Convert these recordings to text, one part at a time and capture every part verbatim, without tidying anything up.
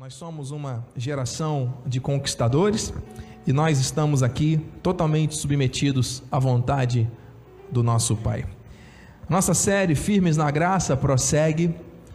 Nós somos uma geração de conquistadores e nós estamos aqui totalmente submetidos à vontade do nosso Pai. Nossa série Firmes na Graça prossegue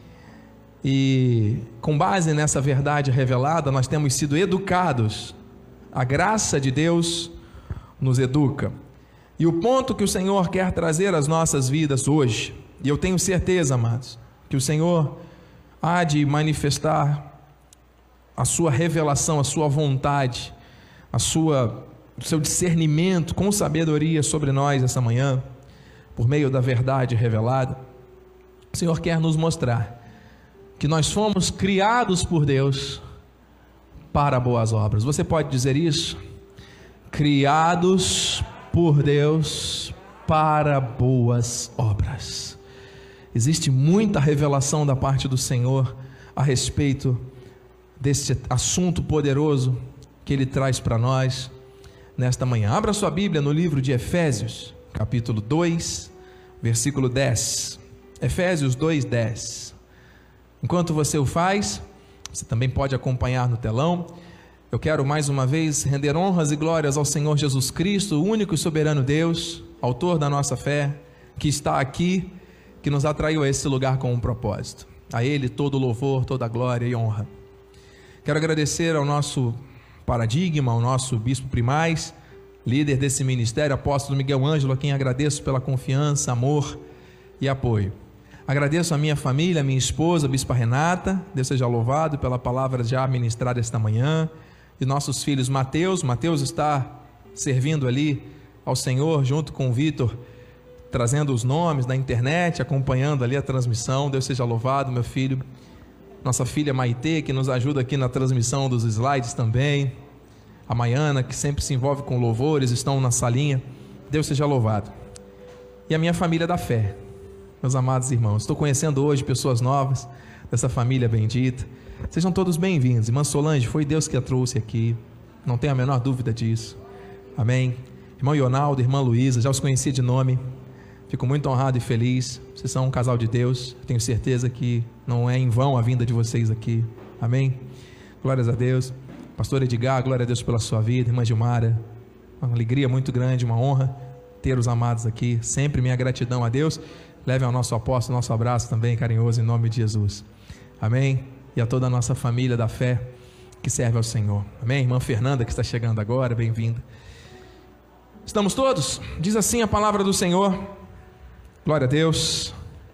e, com base nessa verdade revelada, nós temos sido educados. A graça de Deus nos educa. E o ponto que o Senhor quer trazer às nossas vidas hoje, e eu tenho certeza, amados, que o Senhor há de manifestar a sua revelação, a sua vontade, a sua, o seu discernimento com sabedoria sobre nós essa manhã, por meio da verdade revelada. O Senhor quer nos mostrar que nós fomos criados por Deus para boas obras. Você pode dizer isso? Criados por Deus para boas obras. Existe muita revelação da parte do Senhor a respeito desse assunto poderoso que Ele traz para nós nesta manhã. Abra sua Bíblia no livro de Efésios, capítulo dois, versículo dez. Efésios dois, dez. Enquanto você o faz, você também pode acompanhar no telão. Eu quero mais uma vez render honras e glórias ao Senhor Jesus Cristo, o único e soberano Deus, autor da nossa fé, que está aqui, que nos atraiu a esse lugar com um propósito. A Ele todo louvor, toda glória e honra. Quero agradecer ao nosso paradigma, ao nosso bispo primaz, líder desse ministério, apóstolo Miguel Ângelo, a quem agradeço pela confiança, amor e apoio. Agradeço a minha família, a minha esposa, a bispa Renata, Deus seja louvado pela palavra já ministrada esta manhã, e nossos filhos Mateus, Mateus está servindo ali ao Senhor, junto com o Vitor, trazendo os nomes na internet, acompanhando ali a transmissão. Deus seja louvado, meu filho. Nossa filha Maitê, que nos ajuda aqui na transmissão dos slides também. A Maiana, que sempre se envolve com louvores, estão na salinha. Deus seja louvado. E a minha família da fé, meus amados irmãos. Estou conhecendo hoje pessoas novas dessa família bendita. Sejam todos bem-vindos. Irmã Solange, foi Deus que a trouxe aqui. Não tenho a menor dúvida disso. Amém. Irmão Ionaldo, irmã Luísa, já os conheci de nome. Fico muito honrado e feliz. Vocês são um casal de Deus. Tenho certeza que não é em vão a vinda de vocês aqui. Amém? Glórias a Deus. Pastor Edgar, glória a Deus pela sua vida. Irmã Gilmara, uma alegria muito grande, uma honra ter os amados aqui. Sempre minha gratidão a Deus. Levem ao nosso apóstolo, nosso abraço também carinhoso em nome de Jesus. Amém? E a toda a nossa família da fé que serve ao Senhor. Amém? Irmã Fernanda, que está chegando agora, bem-vinda. Estamos todos? Diz assim a palavra do Senhor. Glória a Deus.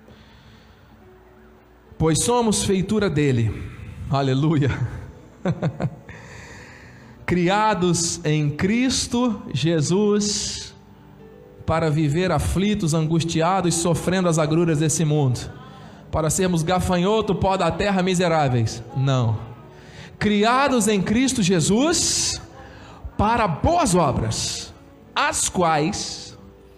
Pois somos feitura dele, aleluia, criados em Cristo Jesus, para viver aflitos, angustiados, sofrendo as agruras desse mundo, para sermos gafanhoto, pó da terra, miseráveis. Não, criados em Cristo Jesus, para boas obras, as quais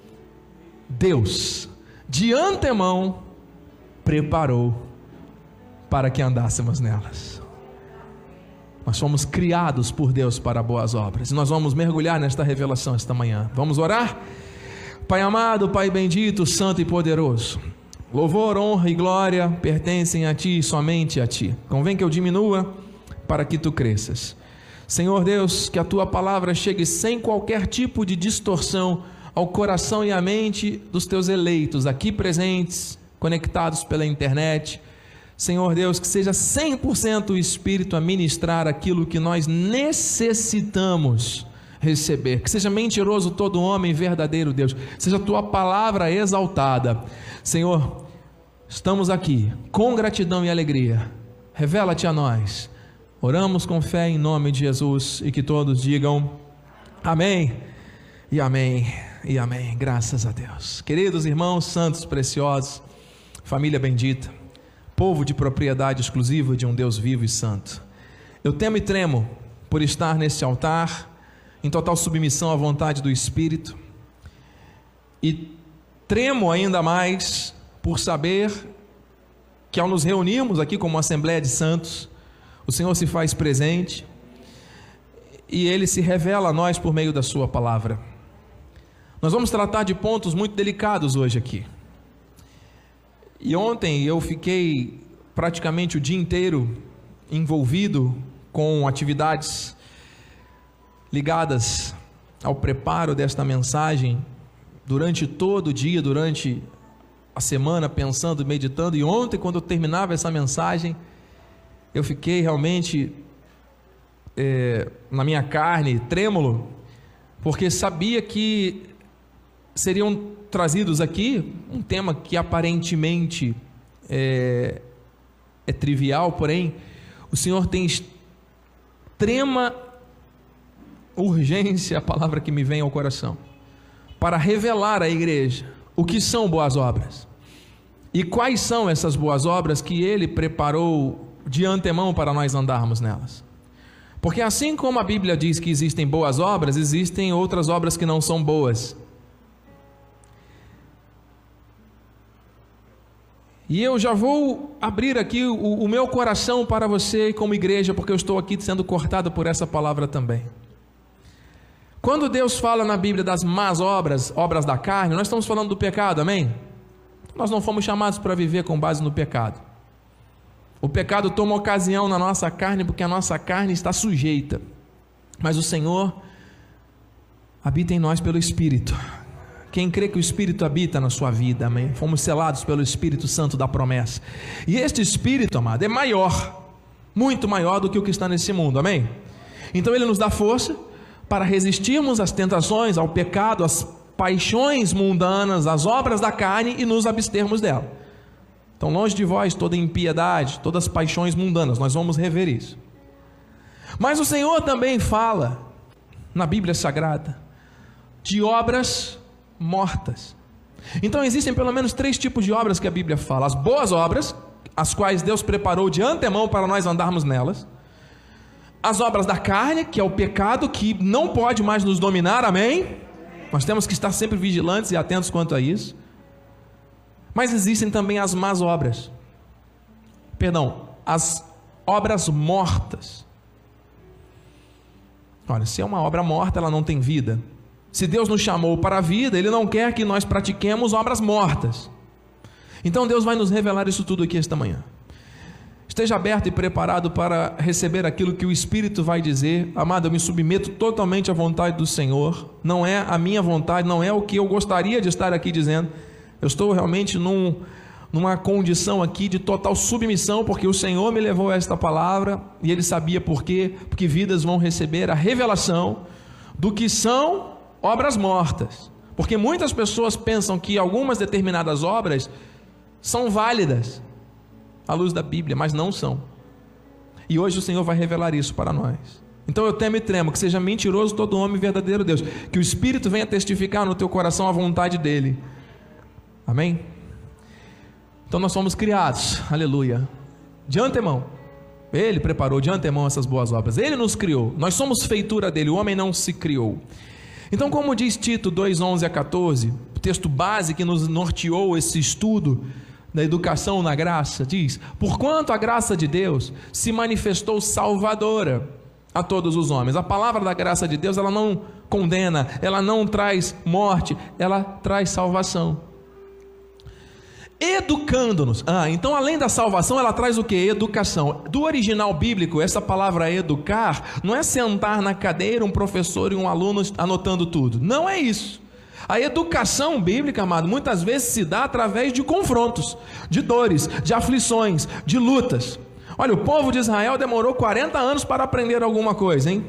Deus de antemão preparou para que andássemos nelas. Nós fomos criados por Deus para boas obras, e nós vamos mergulhar nesta revelação esta manhã. Vamos orar? Pai amado, Pai bendito, santo e poderoso, louvor, honra e glória pertencem a Ti e somente a Ti. Convém que eu diminua para que Tu cresças. Senhor Deus, que a Tua palavra chegue sem qualquer tipo de distorção ao coração e à mente dos Teus eleitos, aqui presentes, conectados pela internet. Senhor Deus, que seja cem por cento o Espírito a ministrar aquilo que nós necessitamos receber. Que seja mentiroso todo homem, verdadeiro Deus. Seja a Tua palavra exaltada. Senhor, estamos aqui com gratidão e alegria. Revela-te a nós. Oramos com fé em nome de Jesus, e que todos digam amém e amém e amém. Graças a Deus. Queridos irmãos, santos preciosos, família bendita, povo de propriedade exclusiva de um Deus vivo e santo, eu temo e tremo por estar nesse altar em total submissão à vontade do Espírito, e tremo ainda mais por saber que ao nos reunirmos aqui como Assembleia de Santos, o Senhor se faz presente e Ele se revela a nós por meio da Sua palavra. Nós vamos tratar de pontos muito delicados hoje aqui. E ontem eu fiquei praticamente o dia inteiro envolvido com atividades ligadas ao preparo desta mensagem durante todo o dia, durante a semana, pensando, meditando, e ontem, quando eu terminava essa mensagem, eu fiquei realmente é, na minha carne, trêmulo, porque sabia que seriam trazidos aqui um tema que aparentemente é, é trivial, porém o Senhor tem extrema urgência, a palavra que me vem ao coração, para revelar à igreja o que são boas obras e quais são essas boas obras que Ele preparou de antemão para nós andarmos nelas. Porque assim como a Bíblia diz que existem boas obras, existem outras obras que não são boas. E eu já vou abrir aqui o, o meu coração para você como igreja, porque eu estou aqui sendo cortado por essa palavra também. Quando Deus fala na Bíblia das más obras, obras da carne, nós estamos falando do pecado, amém? Nós não fomos chamados para viver com base no pecado. O pecado toma ocasião na nossa carne, porque a nossa carne está sujeita. Mas o Senhor habita em nós pelo Espírito. Quem crê que o Espírito habita na sua vida, amém? Fomos selados pelo Espírito Santo da promessa. E este Espírito, amado, é maior, muito maior do que o que está nesse mundo, amém? Então Ele nos dá força para resistirmos às tentações, ao pecado, às paixões mundanas, às obras da carne e nos abstermos dela. Então, longe de vós toda impiedade, todas as paixões mundanas, nós vamos rever isso. Mas o Senhor também fala, na Bíblia Sagrada, de obras mortas. Então, existem pelo menos três tipos de obras que a Bíblia fala: as boas obras, as quais Deus preparou de antemão para nós andarmos nelas; as obras da carne, que é o pecado, que não pode mais nos dominar, amém? Nós temos que estar sempre vigilantes e atentos quanto a isso. Mas existem também as más obras, perdão, as obras mortas. Olha, se é uma obra morta, ela não tem vida. Se Deus nos chamou para a vida, Ele não quer que nós pratiquemos obras mortas. Então Deus vai nos revelar isso tudo aqui esta manhã. Esteja aberto e preparado para receber aquilo que o Espírito vai dizer. Amado, eu me submeto totalmente à vontade do Senhor. Não é a minha vontade, não é o que eu gostaria de estar aqui dizendo. Eu estou realmente num, numa condição aqui de total submissão, porque o Senhor me levou a esta palavra, e Ele sabia por quê, porque vidas vão receber a revelação do que são obras mortas. Porque muitas pessoas pensam que algumas determinadas obras são válidas à luz da Bíblia, mas não são. E hoje o Senhor vai revelar isso para nós. Então eu temo e tremo que seja mentiroso todo homem, verdadeiro Deus, que o Espírito venha testificar no teu coração a vontade dEle. Amém? Então nós fomos criados, aleluia, de antemão. Ele preparou de antemão essas boas obras. Ele nos criou, nós somos feitura dele, o homem não se criou. Então, como diz Tito dois, onze a quatorze, o texto base que nos norteou esse estudo da educação na graça, diz: porquanto a graça de Deus se manifestou salvadora a todos os homens. A palavra da graça de Deus, ela não condena, ela não traz morte, ela traz salvação. Educando-nos. Ah, então além da salvação, ela traz o que? Educação. Do original bíblico, essa palavra educar não é sentar na cadeira um professor e um aluno anotando tudo. Não é isso. A educação bíblica, amado, muitas vezes se dá através de confrontos, de dores, de aflições, de lutas. Olha, o povo de Israel demorou quarenta anos para aprender alguma coisa, hein?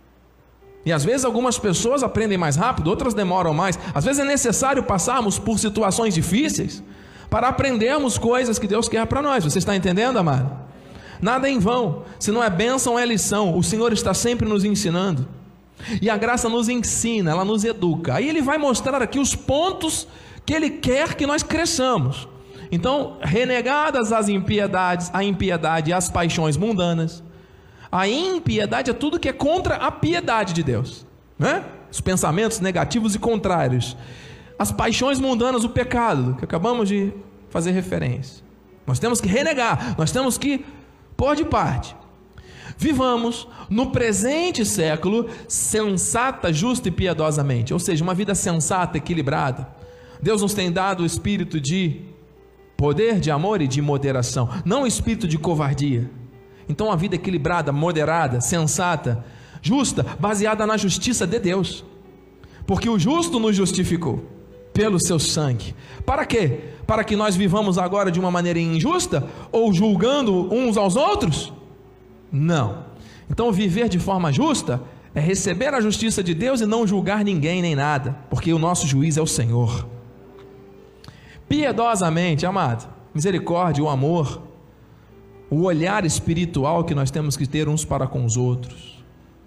E às vezes algumas pessoas aprendem mais rápido, outras demoram mais. Às vezes é necessário passarmos por situações difíceis para aprendermos coisas que Deus quer para nós. Você está entendendo, amado? Nada é em vão. Se não é bênção, é lição. O Senhor está sempre nos ensinando. E a graça nos ensina, ela nos educa. Aí Ele vai mostrar aqui os pontos que Ele quer que nós cresçamos. Então, renegadas as impiedades, a impiedade e as paixões mundanas. A impiedade é tudo que é contra a piedade de Deus, né? Os pensamentos negativos e contrários. As paixões mundanas, o pecado, que acabamos de fazer referência. Nós temos que renegar, nós temos que pôr de parte. Vivamos no presente século sensata, justa e piedosamente, ou seja, uma vida sensata, equilibrada. Deus nos tem dado o espírito de poder, de amor e de moderação, não o espírito de covardia. Então uma vida equilibrada, moderada, sensata, justa, baseada na justiça de Deus, porque o justo nos justificou pelo seu sangue. Para quê? Para que nós vivamos agora de uma maneira injusta, ou julgando uns aos outros? Não. Então viver de forma justa é receber a justiça de Deus e não julgar ninguém nem nada, porque o nosso juiz é o Senhor. Piedosamente, amado, misericórdia, o amor, o olhar espiritual que nós temos que ter uns para com os outros,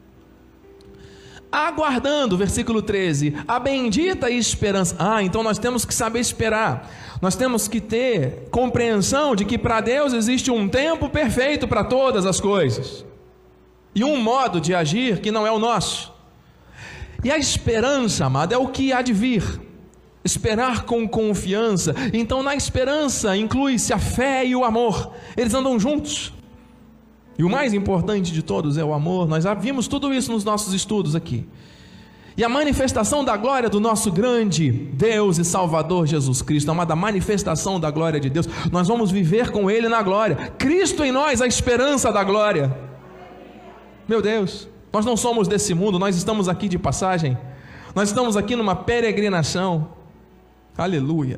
aguardando, versículo treze, a bendita esperança. Ah, então nós temos que saber esperar, nós temos que ter compreensão de que para Deus existe um tempo perfeito para todas as coisas, e um modo de agir que não é o nosso. E a esperança, amado, é o que há de vir. Esperar com confiança. Então na esperança inclui-se a fé e o amor, eles andam juntos. E o mais importante de todos é o amor. Nós já vimos tudo isso nos nossos estudos aqui. E a manifestação da glória do nosso grande Deus e Salvador Jesus Cristo, amada, a manifestação da glória de Deus, nós vamos viver com Ele na glória. Cristo em nós, a esperança da glória. Meu Deus, nós não somos desse mundo, nós estamos aqui de passagem, nós estamos aqui numa peregrinação. Aleluia.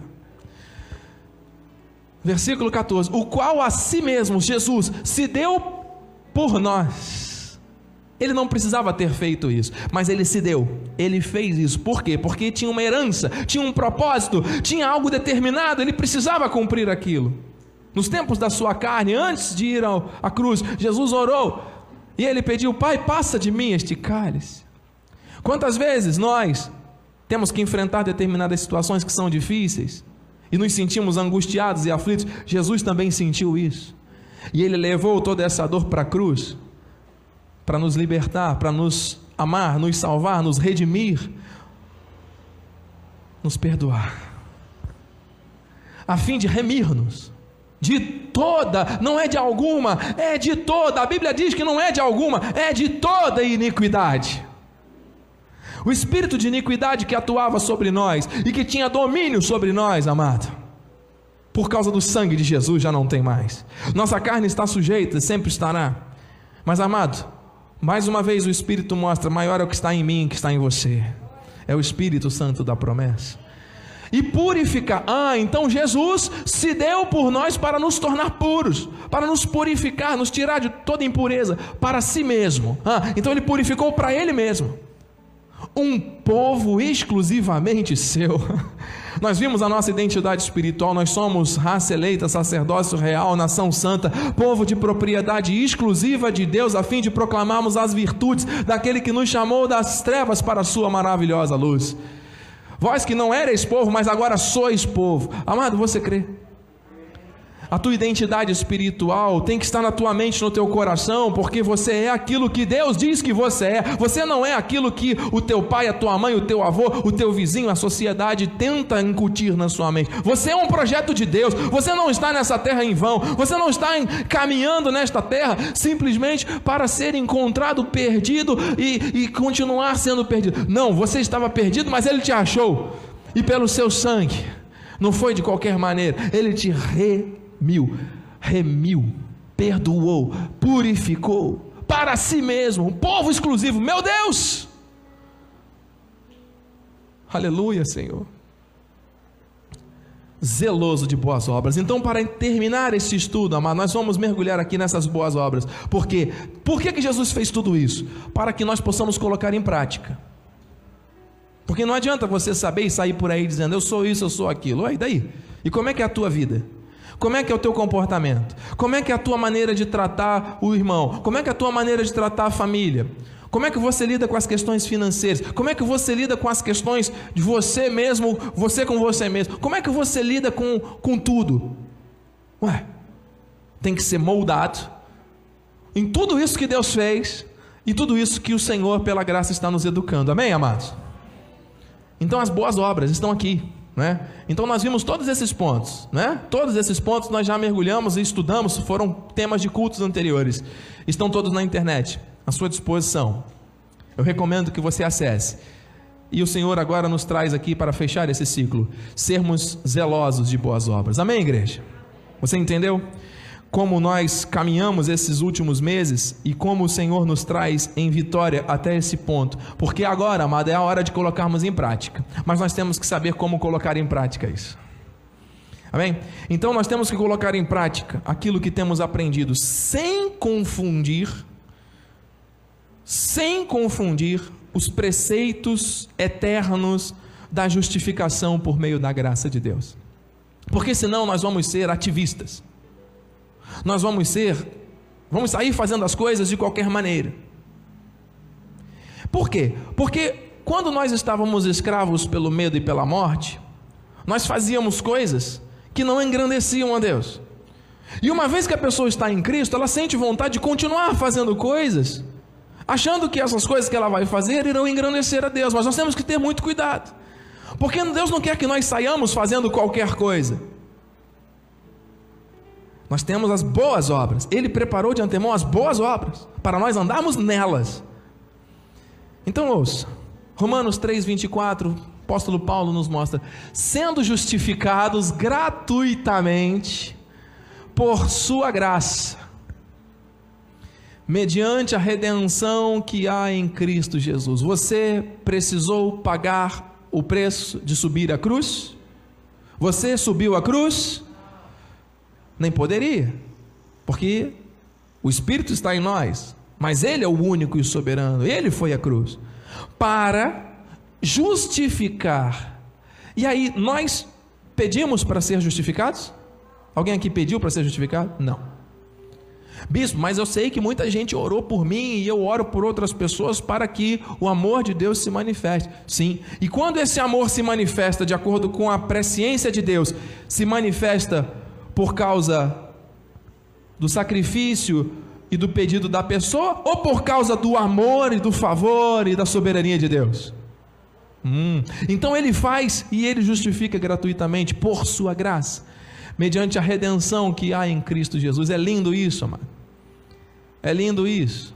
Versículo catorze, o qual a si mesmo, Jesus, se deu por nós. Ele não precisava ter feito isso, mas Ele se deu, Ele fez isso. Por quê? Porque tinha uma herança, tinha um propósito, tinha algo determinado, Ele precisava cumprir aquilo. Nos tempos da sua carne, antes de ir ao, à cruz, Jesus orou, e Ele pediu: Pai, passa de mim este cálice. Quantas vezes nós temos que enfrentar determinadas situações que são difíceis, e nos sentimos angustiados e aflitos? Jesus também sentiu isso, e Ele levou toda essa dor para a cruz, para nos libertar, para nos amar, nos salvar, nos redimir, nos perdoar, a fim de remir-nos de toda, não é de alguma, é de toda, a Bíblia diz que não é de alguma, é de toda iniquidade. O espírito de iniquidade que atuava sobre nós e que tinha domínio sobre nós, amado, por causa do sangue de Jesus já não tem mais. Nossa carne está sujeita, sempre estará, mas amado, mais uma vez o Espírito mostra: maior é o que está em mim que está em você, é o Espírito Santo da promessa. E purificar, ah, então Jesus se deu por nós para nos tornar puros, para nos purificar, nos tirar de toda impureza para si mesmo. Ah, então Ele purificou para Ele mesmo um povo exclusivamente seu. Nós vimos a nossa identidade espiritual, nós somos raça eleita, sacerdócio real, nação santa, povo de propriedade exclusiva de Deus, a fim de proclamarmos as virtudes daquele que nos chamou das trevas para a sua maravilhosa luz. Vós que não erais povo, mas agora sois povo. Amado, você crê? A tua identidade espiritual tem que estar na tua mente, no teu coração, porque você é aquilo que Deus diz que você é. Você não é aquilo que o teu pai, a tua mãe, o teu avô, o teu vizinho, a sociedade tenta incutir na sua mente. Você é um projeto de Deus. Você não está nessa terra em vão. Você não está caminhando nesta terra simplesmente para ser encontrado perdido e, e continuar sendo perdido. Não, você estava perdido, mas Ele te achou, e pelo seu sangue, não foi de qualquer maneira, Ele te re Mil, remiu, perdoou, purificou para si mesmo, um povo exclusivo. Meu Deus, aleluia, Senhor, zeloso de boas obras. Então, para terminar esse estudo, amado, nós vamos mergulhar aqui nessas boas obras. Por quê? Por que que Jesus fez tudo isso? Para que nós possamos colocar em prática. Porque não adianta você saber e sair por aí dizendo: eu sou isso, eu sou aquilo. Ué, e daí? E como é que é a tua vida? Como é que é o teu comportamento? Como é que é a tua maneira de tratar o irmão? Como é que é a tua maneira de tratar a família? Como é que você lida com as questões financeiras? Como é que você lida com as questões de você mesmo, você com você mesmo? Como é que você lida com, com tudo? Ué, tem que ser moldado em tudo isso que Deus fez e tudo isso que o Senhor, pela graça, está nos educando. Amém, amados? Então as boas obras estão aqui, né? Então nós vimos todos esses pontos, né? Todos esses pontos nós já mergulhamos e estudamos, foram temas de cultos anteriores, estão todos na internet, à sua disposição. Eu recomendo que você acesse. E o Senhor agora nos traz aqui para fechar esse ciclo, sermos zelosos de boas obras. Amém, igreja? Você entendeu? como nós caminhamos esses últimos meses e como o Senhor nos traz em vitória até esse ponto, porque agora, amado, é a hora de colocarmos em prática, mas nós temos que saber como colocar em prática isso, amém? Então nós temos que colocar em prática aquilo que temos aprendido, sem confundir, sem confundir os preceitos eternos da justificação por meio da graça de Deus, porque senão nós vamos ser ativistas, nós vamos ser, vamos sair fazendo as coisas de qualquer maneira. Por quê? Porque quando nós estávamos escravos pelo medo e pela morte, nós fazíamos coisas que não engrandeciam a Deus, e uma vez que a pessoa está em Cristo, ela sente vontade de continuar fazendo coisas, achando que essas coisas que ela vai fazer irão engrandecer a Deus, mas nós temos que ter muito cuidado, porque Deus não quer que nós saiamos fazendo qualquer coisa. Nós temos as boas obras, Ele preparou de antemão as boas obras, para nós andarmos nelas. Então ouça, Romanos três, vinte e quatro, o apóstolo Paulo nos mostra, sendo justificados gratuitamente, por sua graça, mediante a redenção que há em Cristo Jesus. Você precisou pagar o preço de subir a cruz? Você subiu a cruz? Nem poderia, porque o Espírito está em nós, mas Ele é o único e soberano, Ele foi a cruz, para justificar. E aí, nós pedimos para ser justificados? Alguém aqui pediu para ser justificado? Não. Bispo, mas eu sei que muita gente orou por mim e eu oro por outras pessoas para que o amor de Deus se manifeste. Sim, e quando esse amor se manifesta de acordo com a presciência de Deus, se manifesta por causa do sacrifício e do pedido da pessoa, ou por causa do amor e do favor e da soberania de Deus? Hum, então Ele faz e Ele justifica gratuitamente por sua graça, mediante a redenção que há em Cristo Jesus. É lindo isso, amado, é lindo isso.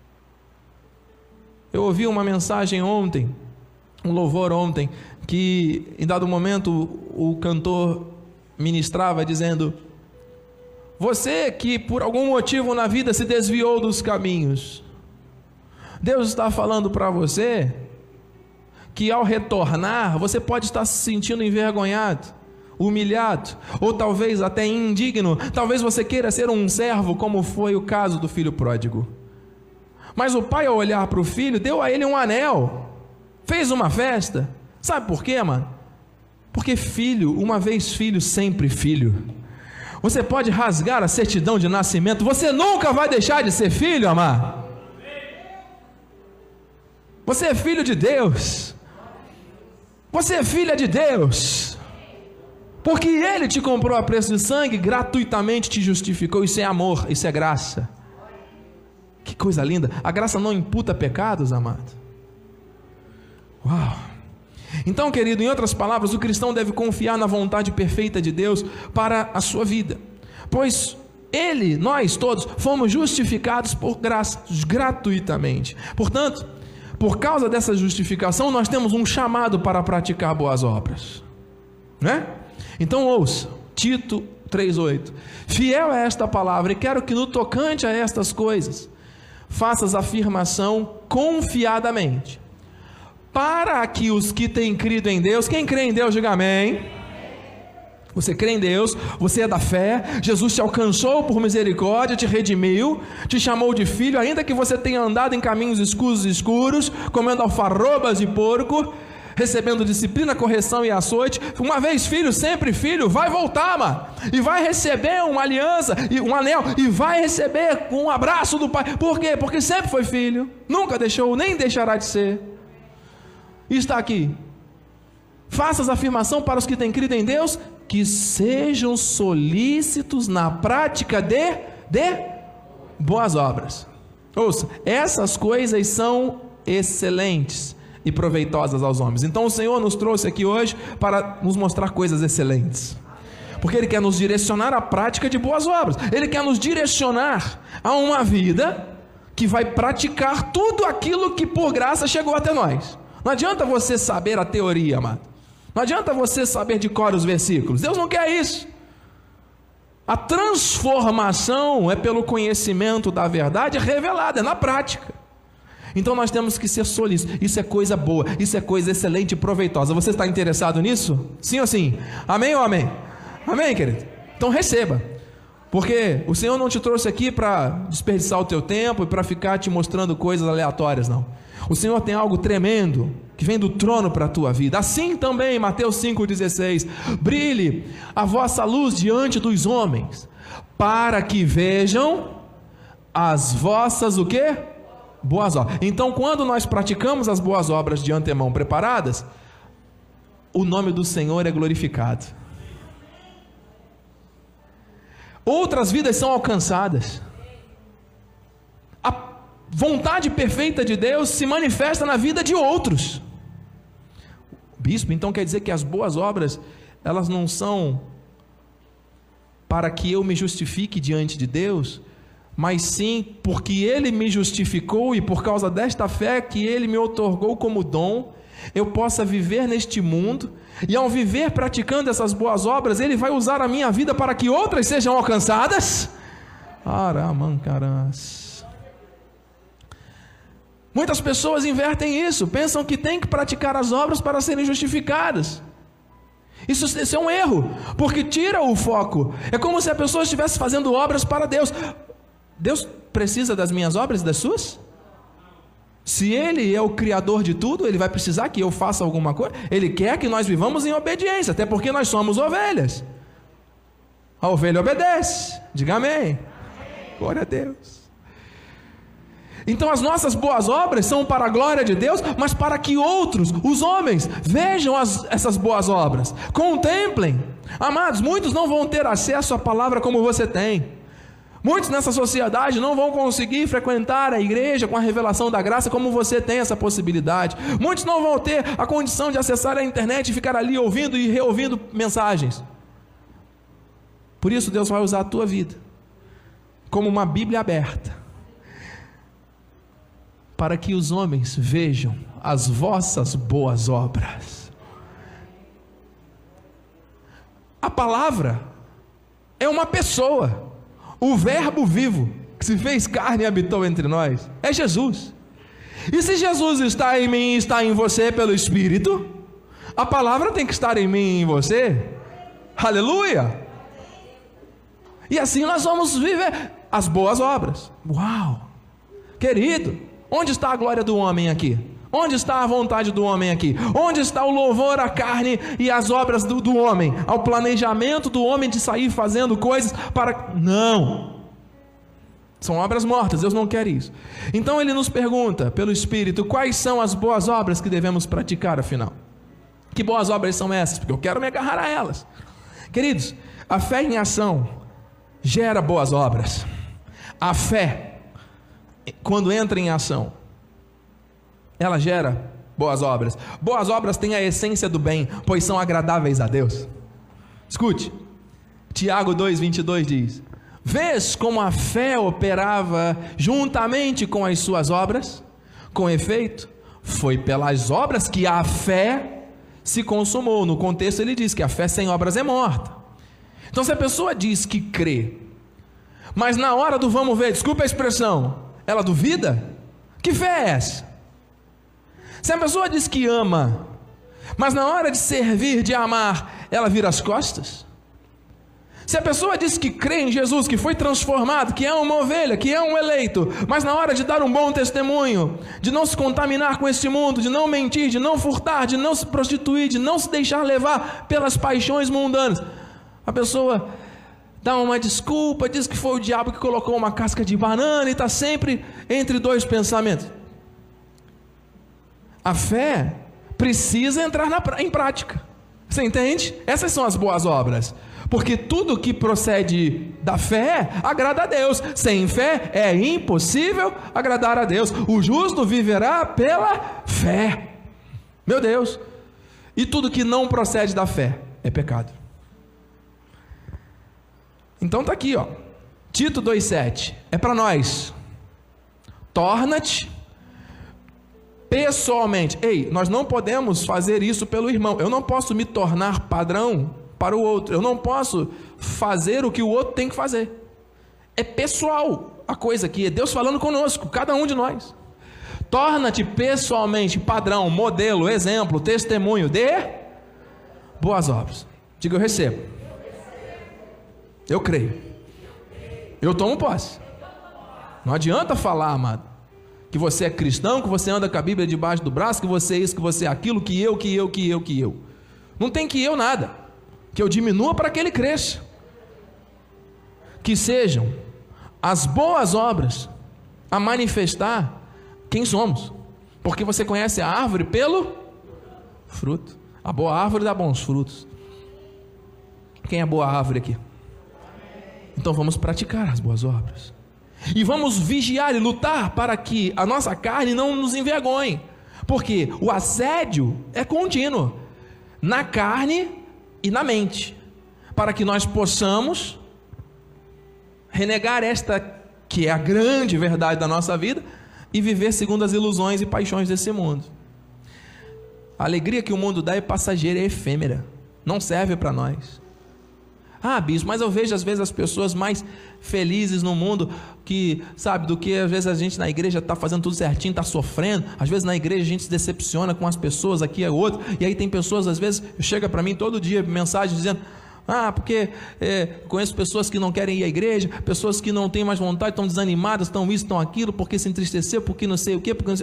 Eu ouvi uma mensagem ontem, um louvor ontem, que em dado momento o cantor ministrava dizendo: você que por algum motivo na vida se desviou dos caminhos, Deus está falando para você que ao retornar você pode estar se sentindo envergonhado, humilhado, ou talvez até indigno. Talvez você queira ser um servo, como foi o caso do filho pródigo, mas o pai, ao olhar para o filho, deu a ele um anel, fez uma festa. Sabe por quê, mano? Porque filho, uma vez filho, sempre filho. Você pode rasgar a certidão de nascimento, você nunca vai deixar de ser filho, amado. Você é filho de Deus, você é filha de Deus, porque Ele te comprou a preço de sangue, gratuitamente te justificou. Isso é amor, isso é graça. Que coisa linda. A graça não imputa pecados, amado. Uau. Então, querido, em outras palavras, o cristão deve confiar na vontade perfeita de Deus para a sua vida, pois Ele, nós todos, fomos justificados por graça, gratuitamente. Portanto, por causa dessa justificação, nós temos um chamado para praticar boas obras, né? Então ouça, Tito três, oito, fiel a esta palavra, e quero que no tocante a estas coisas, faças afirmação confiadamente, para que os que têm crido em Deus, quem crê em Deus, diga amém. Você crê em Deus, você é da fé, Jesus te alcançou por misericórdia, te redimiu, te chamou de filho, ainda que você tenha andado em caminhos escuros e escuros, comendo alfarrobas de porco, recebendo disciplina, correção e açoite. Uma vez filho, sempre filho. Vai voltar, mano, e vai receber uma aliança, e um anel, e vai receber um abraço do Pai. Por quê? Porque sempre foi filho, nunca deixou, nem deixará de ser. E está aqui: faças afirmação para os que têm crido em Deus, que sejam solícitos na prática de, de boas obras. Ouça, essas coisas são excelentes e proveitosas aos homens. Então o Senhor nos trouxe aqui hoje para nos mostrar coisas excelentes, porque Ele quer nos direcionar à prática de boas obras. Ele quer nos direcionar a uma vida que vai praticar tudo aquilo que por graça chegou até nós. Não adianta você saber a teoria, amado, não adianta você saber de cor os versículos. Deus não quer isso. A transformação é pelo conhecimento da verdade revelada, é na prática. Então nós temos que ser solícitos. Isso é coisa boa, isso é coisa excelente e proveitosa. Você está interessado nisso? Sim ou sim? Amém ou amém? Amém, querido? Então receba. Porque o Senhor não te trouxe aqui para desperdiçar o teu tempo e para ficar te mostrando coisas aleatórias, não. O Senhor tem algo tremendo que vem do trono para a tua vida. Assim também, Mateus cinco dezesseis, brilhe a vossa luz diante dos homens, para que vejam as vossas o quê? Boas obras. Então, quando nós praticamos as boas obras de antemão preparadas, o nome do Senhor é glorificado. Outras vidas são alcançadas. A vontade perfeita de Deus se manifesta na vida de outros. Bispo, então quer dizer que as boas obras, elas não são para que eu me justifique diante de Deus, mas sim porque Ele me justificou e por causa desta fé que Ele me outorgou como dom, eu possa viver neste mundo, e ao viver praticando essas boas obras, Ele vai usar a minha vida para que outras sejam alcançadas. Aramancarás. Muitas pessoas invertem isso, pensam que tem que praticar as obras para serem justificadas. Isso, isso é um erro, porque tira o foco. É como se a pessoa estivesse fazendo obras para Deus. Deus precisa das minhas obras e das suas? Se Ele é o Criador de tudo, Ele vai precisar que eu faça alguma coisa? Ele quer que nós vivamos em obediência, até porque nós somos ovelhas. A ovelha obedece, diga amém, amém. Glória a Deus. Então as nossas boas obras são para a glória de Deus, mas para que outros, os homens, vejam as, essas boas obras, contemplem. Amados, muitos não vão ter acesso à palavra como você tem. Muitos nessa sociedade não vão conseguir frequentar a igreja com a revelação da graça como você tem essa possibilidade. Muitos não vão ter a condição de acessar a internet e ficar ali ouvindo e reouvindo mensagens. Por isso Deus vai usar a tua vida como uma Bíblia aberta, para que os homens vejam as vossas boas obras. A palavra é uma pessoa. O verbo vivo, que se fez carne e habitou entre nós, é Jesus. E se Jesus está em mim e está em você pelo Espírito, a palavra tem que estar em mim e em você. Aleluia! E assim nós vamos viver as boas obras. Uau! Querido, onde está a glória do homem aqui? Onde está a vontade do homem aqui? Onde está o louvor à carne e às obras do, do homem? Ao planejamento do homem de sair fazendo coisas para... Não! São obras mortas, Deus não quer isso. Então Ele nos pergunta, pelo Espírito, quais são as boas obras que devemos praticar afinal? Que boas obras são essas? Porque eu quero me agarrar a elas. Queridos, a fé em ação gera boas obras. A fé, quando entra em ação, ela gera boas obras. Boas obras têm a essência do bem, pois são agradáveis a Deus. Escute, Tiago dois, vinte e dois diz: vês como a fé operava juntamente com as suas obras? Com efeito, foi pelas obras que a fé se consumou. No contexto ele diz que a fé sem obras é morta. Então se a pessoa diz que crê, mas na hora do vamos ver, desculpa a expressão, ela duvida, que fé é essa? Se a pessoa diz que ama, mas na hora de servir, de amar, ela vira as costas? Se a pessoa diz que crê em Jesus, que foi transformado, que é uma ovelha, que é um eleito, mas na hora de dar um bom testemunho, de não se contaminar com este mundo, de não mentir, de não furtar, de não se prostituir, de não se deixar levar pelas paixões mundanas, a pessoa dá uma desculpa, diz que foi o diabo que colocou uma casca de banana e está sempre entre dois pensamentos. A fé precisa entrar na, em prática. Você entende? Essas são as boas obras. Porque tudo que procede da fé agrada a Deus. Sem fé é impossível agradar a Deus. O justo viverá pela fé. Meu Deus. E tudo que não procede da fé é pecado. Então está aqui, ó. Tito dois, sete. É para nós. Torna-te pessoalmente. Ei, nós não podemos fazer isso pelo irmão. Eu não posso me tornar padrão para o outro. Eu não posso fazer o que o outro tem que fazer. É pessoal a coisa aqui, é Deus falando conosco, cada um de nós. Torna-te pessoalmente padrão, modelo, exemplo, testemunho de boas obras. Diga, eu recebo. Eu creio. Eu tomo posse. Não adianta falar, amado, que você é cristão, que você anda com a Bíblia debaixo do braço, que você é isso, que você é aquilo, que eu, que eu, que eu, que eu. Não tem que eu nada. Que eu diminua para que ele cresça. Que sejam as boas obras a manifestar quem somos. Porque você conhece a árvore pelo fruto. A boa árvore dá bons frutos. Quem é boa árvore aqui? Então vamos praticar as boas obras. E vamos vigiar e lutar para que a nossa carne não nos envergonhe. Porque o assédio é contínuo. Na carne e na mente. Para que nós possamos renegar esta que é a grande verdade da nossa vida e viver segundo as ilusões e paixões desse mundo. A alegria que o mundo dá é passageira, é efêmera. Não serve para nós. Ah, bispo, mas eu vejo às vezes as pessoas mais felizes no mundo, que, sabe, do que às vezes a gente na igreja está fazendo tudo certinho, está sofrendo. Às vezes na igreja a gente se decepciona com as pessoas, aqui é outro. E aí tem pessoas, às vezes, chega para mim todo dia mensagem dizendo: ah, porque é, conheço pessoas que não querem ir à igreja, pessoas que não têm mais vontade, estão desanimadas, estão isso, estão aquilo, porque se entristeceu, porque não sei o quê, porque não sei...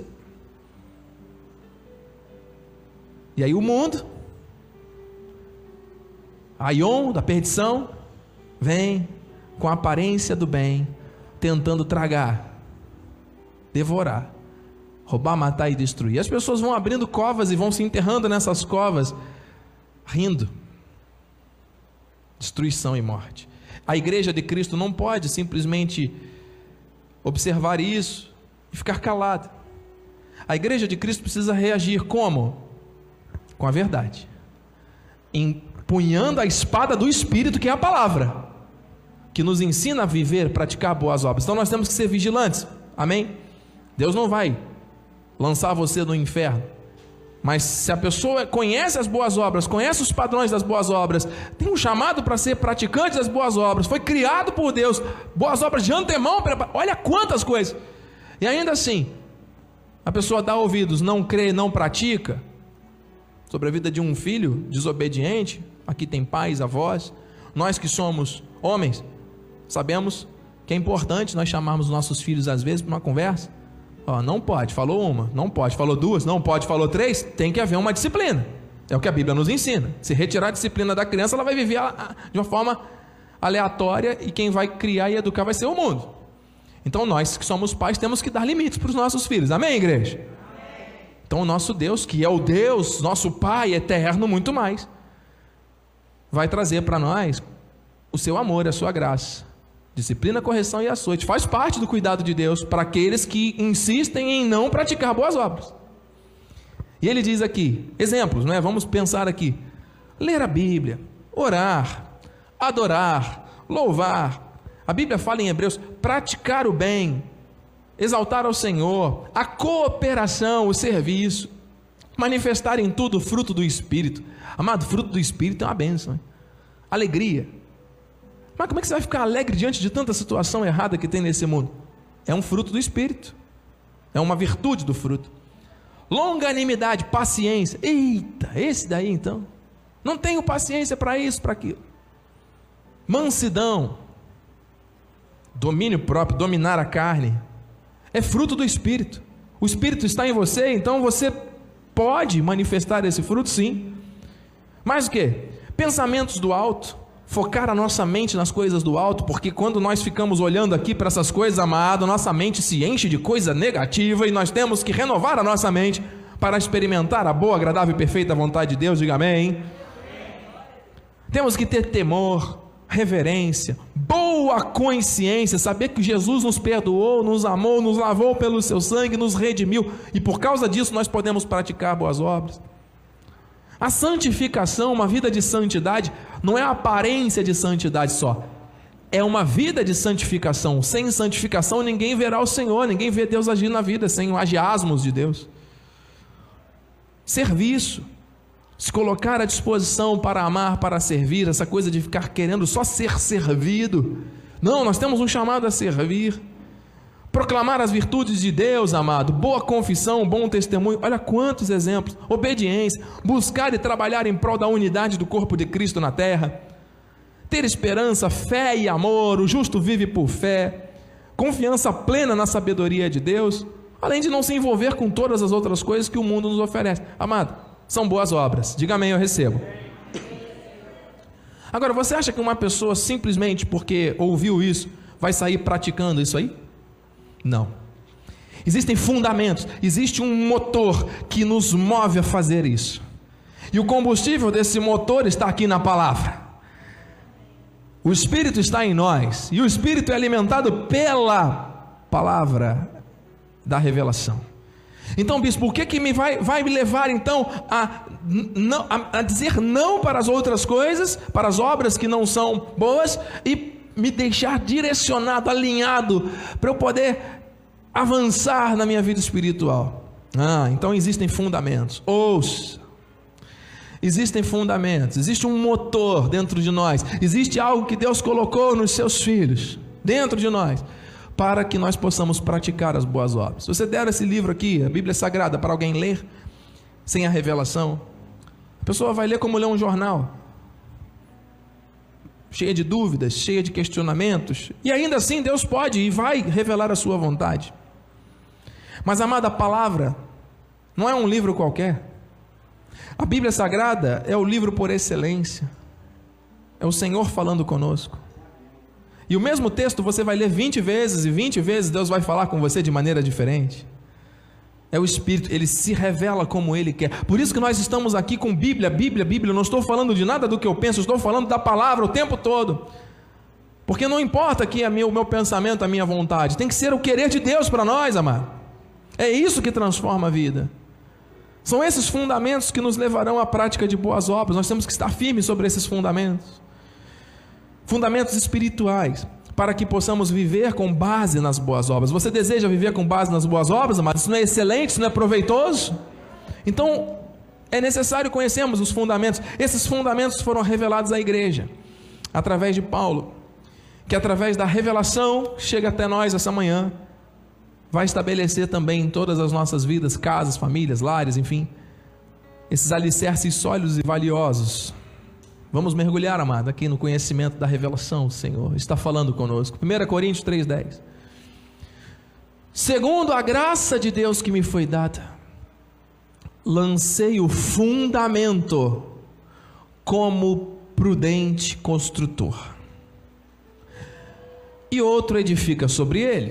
E aí o mundo, a Aion da perdição, vem com a aparência do bem, tentando tragar, devorar, roubar, matar e destruir. As pessoas vão abrindo covas e vão se enterrando nessas covas, rindo. Destruição e morte. A igreja de Cristo não pode simplesmente observar isso e ficar calada. A igreja de Cristo precisa reagir como? Com a verdade, empunhando a espada do Espírito, que é a palavra, que nos ensina a viver, praticar boas obras. Então nós temos que ser vigilantes, amém? Deus não vai lançar você no inferno, mas se a pessoa conhece as boas obras, conhece os padrões das boas obras, tem um chamado para ser praticante das boas obras, foi criado por Deus, boas obras de antemão, olha quantas coisas, e ainda assim, a pessoa dá ouvidos, não crê, não pratica, sobre a vida de um filho desobediente. Aqui tem pais, avós. Nós que somos homens, sabemos que é importante nós chamarmos nossos filhos às vezes para uma conversa. Ó, não pode, falou uma, não pode, falou duas, não pode, falou três. Tem que haver uma disciplina. É o que a Bíblia nos ensina. Se retirar a disciplina da criança, ela vai viver de uma forma aleatória, e quem vai criar e educar vai ser o mundo. Então nós que somos pais temos que dar limites para os nossos filhos. Amém, igreja? Então o nosso Deus, que é o Deus, nosso Pai eterno, muito mais, vai trazer para nós o seu amor, a sua graça, disciplina, correção e açoite. Faz parte do cuidado de Deus para aqueles que insistem em não praticar boas obras. E ele diz aqui, exemplos, né? Vamos pensar aqui: ler a Bíblia, orar, adorar, louvar. A Bíblia fala em Hebreus, praticar o bem, exaltar ao Senhor, a cooperação, o serviço, manifestar em tudo o fruto do Espírito. Amado, fruto do Espírito é uma bênção, hein? Alegria. Mas como é que você vai ficar alegre diante de tanta situação errada que tem nesse mundo? É um fruto do Espírito, é uma virtude do fruto. Longanimidade, paciência. Eita, esse daí então, não tenho paciência para isso, para aquilo. Mansidão, domínio próprio, dominar a carne, é fruto do Espírito. O Espírito está em você, então você pode manifestar esse fruto, sim. Mais o que? Pensamentos do alto, focar a nossa mente nas coisas do alto, porque quando nós ficamos olhando aqui para essas coisas, amado, nossa mente se enche de coisa negativa, e nós temos que renovar a nossa mente para experimentar a boa, agradável e perfeita vontade de Deus. Diga amém. Temos que ter temor, reverência, boa consciência, saber que Jesus nos perdoou, nos amou, nos lavou pelo seu sangue, nos redimiu, e por causa disso nós podemos praticar boas obras. A santificação, uma vida de santidade, não é a aparência de santidade só, é uma vida de santificação. Sem santificação ninguém verá o Senhor, ninguém vê Deus agir na vida, sem o agiasmos de Deus. Serviço, se colocar à disposição para amar, para servir, essa coisa de ficar querendo só ser servido. Não, nós temos um chamado a servir. Proclamar as virtudes de Deus, amado, boa confissão, bom testemunho, olha quantos exemplos, obediência, buscar e trabalhar em prol da unidade do corpo de Cristo na terra, ter esperança, fé e amor, o justo vive por fé, confiança plena na sabedoria de Deus, além de não se envolver com todas as outras coisas que o mundo nos oferece. Amado, são boas obras, diga amém, eu recebo. Agora, você acha que uma pessoa simplesmente porque ouviu isso, vai sair praticando isso aí? Não. Existem fundamentos, existe um motor que nos move a fazer isso. E o combustível desse motor está aqui na palavra. O Espírito está em nós, e o Espírito é alimentado pela palavra da revelação. Então, bispo, por que que me vai, vai me levar então a, não, a, a dizer não para as outras coisas, para as obras que não são boas, e me deixar direcionado, alinhado, para eu poder avançar na minha vida espiritual? Ah, então existem fundamentos. Ouça, existem fundamentos, existe um motor dentro de nós, existe algo que Deus colocou nos seus filhos, dentro de nós, para que nós possamos praticar as boas obras. Se você der esse livro aqui, a Bíblia Sagrada, para alguém ler, sem a revelação, a pessoa vai ler como ler um jornal, cheia de dúvidas, cheia de questionamentos, e ainda assim Deus pode e vai revelar a sua vontade. Mas, amada, a palavra não é um livro qualquer. A Bíblia Sagrada é o livro por excelência, é o Senhor falando conosco. E o mesmo texto você vai ler vinte vezes, e vinte vezes Deus vai falar com você de maneira diferente. É o Espírito, Ele se revela como Ele quer. Por isso que nós estamos aqui com Bíblia, Bíblia, Bíblia. Não estou falando de nada do que eu penso, estou falando da palavra o tempo todo. Porque não importa aqui a minha, o meu pensamento, a minha vontade, tem que ser o querer de Deus para nós, amado. É isso que transforma a vida. São esses fundamentos que nos levarão à prática de boas obras. Nós temos que estar firmes sobre esses fundamentos. Fundamentos espirituais, para que possamos viver com base nas boas obras. Você deseja viver com base nas boas obras, amado? Isso não é excelente, isso não é proveitoso? Então, é necessário conhecermos os fundamentos. Esses fundamentos foram revelados à igreja, através de Paulo, que através da revelação, chega até nós essa manhã, vai estabelecer também em todas as nossas vidas, casas, famílias, lares, enfim, esses alicerces sólidos e valiosos. Vamos mergulhar, amado, aqui no conhecimento da revelação. O Senhor está falando conosco. primeira Coríntios três, dez. Segundo a graça de Deus que me foi dada, lancei o fundamento como prudente construtor, e outro edifica sobre ele.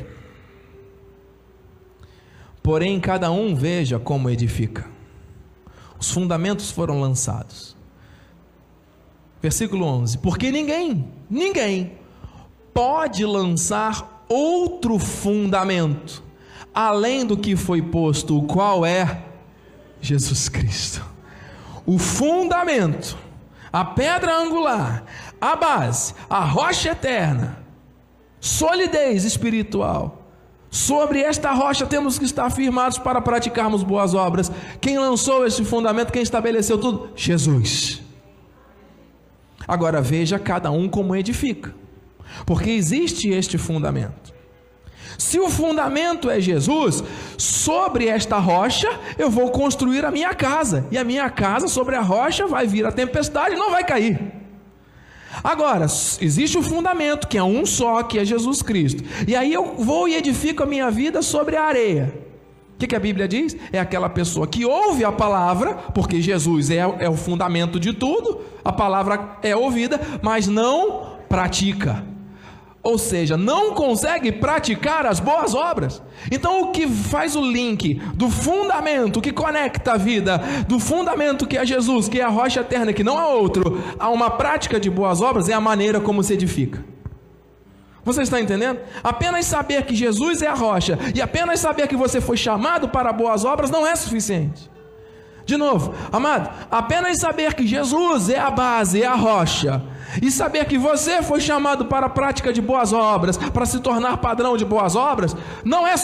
Porém, cada um veja como edifica. Os fundamentos foram lançados. Versículo onze, porque ninguém, ninguém pode lançar outro fundamento, além do que foi posto, o qual é Jesus Cristo. O fundamento, a pedra angular, a base, a rocha eterna, solidez espiritual. Sobre esta rocha temos que estar firmados para praticarmos boas obras. Quem lançou esse fundamento, quem estabeleceu tudo? Jesus. Agora veja cada um como edifica, porque existe este fundamento. Se o fundamento é Jesus, sobre esta rocha eu vou construir a minha casa, e a minha casa sobre a rocha vai vir a tempestade e não vai cair. Agora, existe o fundamento que é um só, que é Jesus Cristo, e aí eu vou e edifico a minha vida sobre a areia. O que, que a Bíblia diz? É aquela pessoa que ouve a palavra, porque Jesus é, é o fundamento de tudo, a palavra é ouvida, mas não pratica, ou seja, não consegue praticar as boas obras. Então o que faz o link do fundamento, que conecta a vida, do fundamento que é Jesus, que é a rocha eterna, que não é outro, a uma prática de boas obras, é a maneira como se edifica. Você está entendendo? Apenas saber que Jesus é a rocha, e apenas saber que você foi chamado para boas obras, não é suficiente. De novo, amado, apenas saber que Jesus é a base, é a rocha, e saber que você foi chamado para a prática de boas obras, para se tornar padrão de boas obras, não é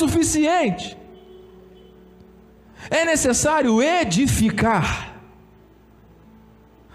suficiente. É necessário edificar.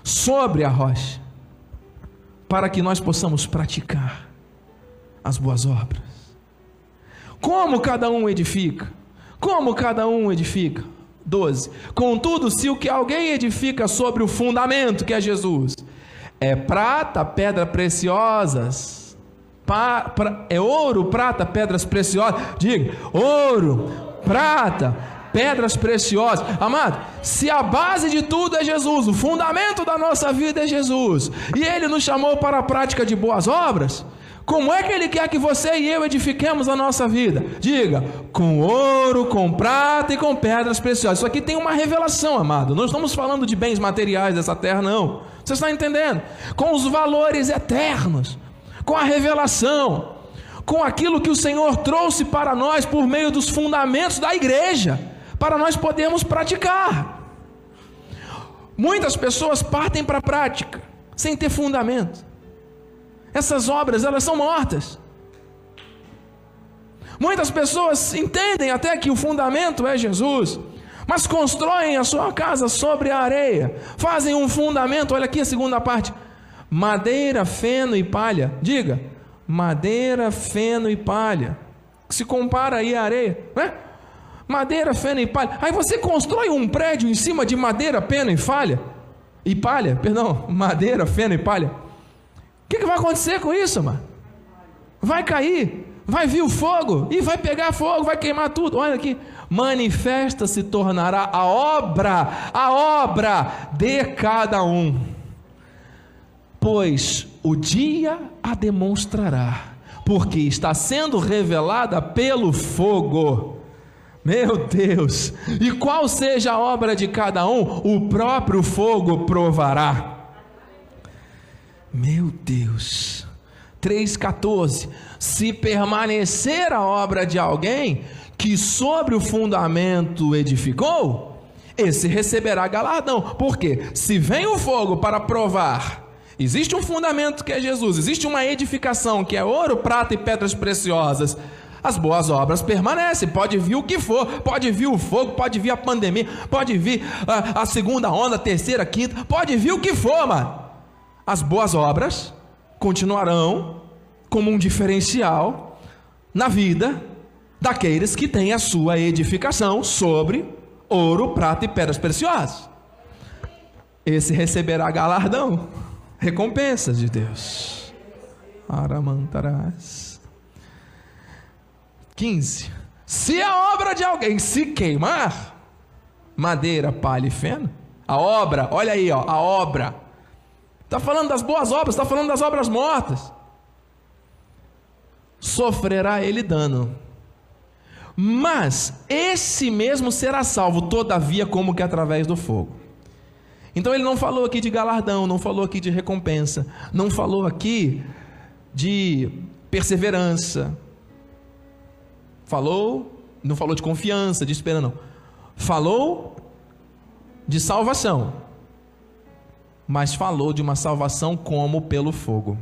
sobre a rocha, para que nós possamos praticar as boas obras. Como cada um edifica? Como cada um edifica? doze. Contudo, se o que alguém edifica sobre o fundamento, que é Jesus, é prata, pedra preciosas, pa, pra, é ouro, prata, pedras preciosas, diga, ouro, prata, pedras preciosas. Amado, se a base de tudo é Jesus, o fundamento da nossa vida é Jesus, e Ele nos chamou para a prática de boas obras, como é que Ele quer que você e eu edifiquemos a nossa vida? Diga, com ouro, com prata e com pedras preciosas. Isso aqui tem uma revelação, amado. Não estamos falando de bens materiais dessa terra, não. Você está entendendo? Com os valores eternos, com a revelação, com aquilo que o Senhor trouxe para nós por meio dos fundamentos da igreja, para nós podermos praticar. Muitas pessoas partem para a prática sem ter fundamento. Essas obras, elas são mortas. Muitas pessoas entendem até que o fundamento é Jesus, mas constroem a sua casa sobre a areia, fazem um fundamento, olha aqui a segunda parte, madeira, feno e palha. Diga, madeira, feno e palha, que se compara aí à areia, né? Madeira, feno e palha. Aí você constrói um prédio em cima de madeira, feno e palha, e palha, perdão, madeira, feno e palha. O que, que vai acontecer com isso, mano? Vai cair, vai vir o fogo, e vai pegar fogo, vai queimar tudo. Olha aqui, manifesta se tornará a obra, a obra de cada um, pois o dia a demonstrará, porque está sendo revelada pelo fogo. Meu Deus, e qual seja a obra de cada um, o próprio fogo provará. Meu Deus, três, quatorze, se permanecer a obra de alguém que sobre o fundamento edificou, esse receberá galardão. Porque se vem o fogo para provar, existe um fundamento que é Jesus, existe uma edificação que é ouro, prata e pedras preciosas, as boas obras permanecem. Pode vir o que for, pode vir o fogo, pode vir a pandemia, pode vir a, a segunda onda, a terceira, a quinta, pode vir o que for, mano. As boas obras continuarão como um diferencial na vida daqueles que têm a sua edificação sobre ouro, prata e pedras preciosas. Esse receberá galardão, recompensas de Deus. Aramantarás. quinze. Se a obra de alguém se queimar, madeira, palha e feno, a obra, olha aí, ó, a obra. Está falando das boas obras, está falando das obras mortas. Sofrerá ele dano, mas esse mesmo será salvo, todavia, como que através do fogo. Então ele não falou aqui de galardão, não falou aqui de recompensa, não falou aqui de perseverança, falou, não falou de confiança, de esperança, não. Falou de salvação, mas falou de uma salvação como pelo fogo,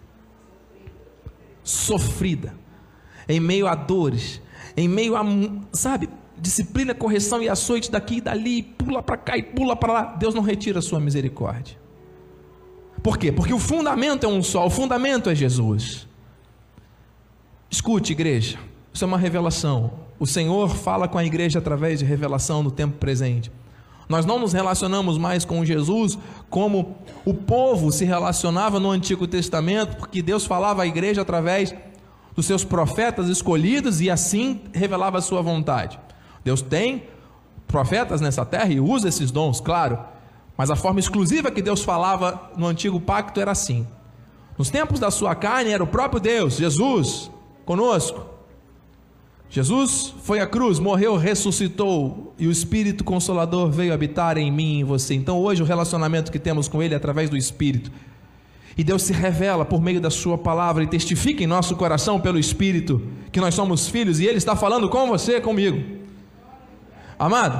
sofrida, em meio a dores, em meio a, sabe, disciplina, correção e açoite daqui e dali, pula para cá e pula para lá. Deus não retira a sua misericórdia. Por quê? Porque o fundamento é um só, o fundamento é Jesus. Escute, igreja, isso é uma revelação. O Senhor fala com a igreja através de revelação no tempo presente. Nós não nos relacionamos mais com Jesus como o povo se relacionava no Antigo Testamento, porque Deus falava à igreja através dos seus profetas escolhidos e assim revelava a sua vontade. Deus tem profetas nessa terra e usa esses dons, claro, mas a forma exclusiva que Deus falava no Antigo Pacto era assim. Nos tempos da sua carne era o próprio Deus, Jesus, conosco. Jesus foi à cruz, morreu, ressuscitou, e o Espírito Consolador veio habitar em mim e em você. Então hoje o relacionamento que temos com Ele é através do Espírito, e Deus se revela por meio da sua palavra e testifica em nosso coração pelo Espírito que nós somos filhos, e Ele está falando com você, comigo. Amado,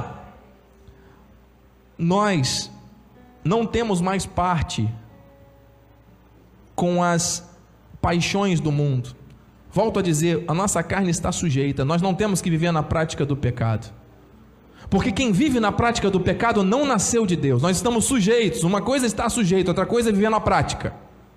nós não temos mais parte com as paixões do mundo. Volto a dizer, a nossa carne está sujeita, nós não temos que viver na prática do pecado. Porque quem vive na prática do pecado não nasceu de Deus. Nós estamos sujeitos. Uma coisa é estar sujeito, outra coisa é viver na prática.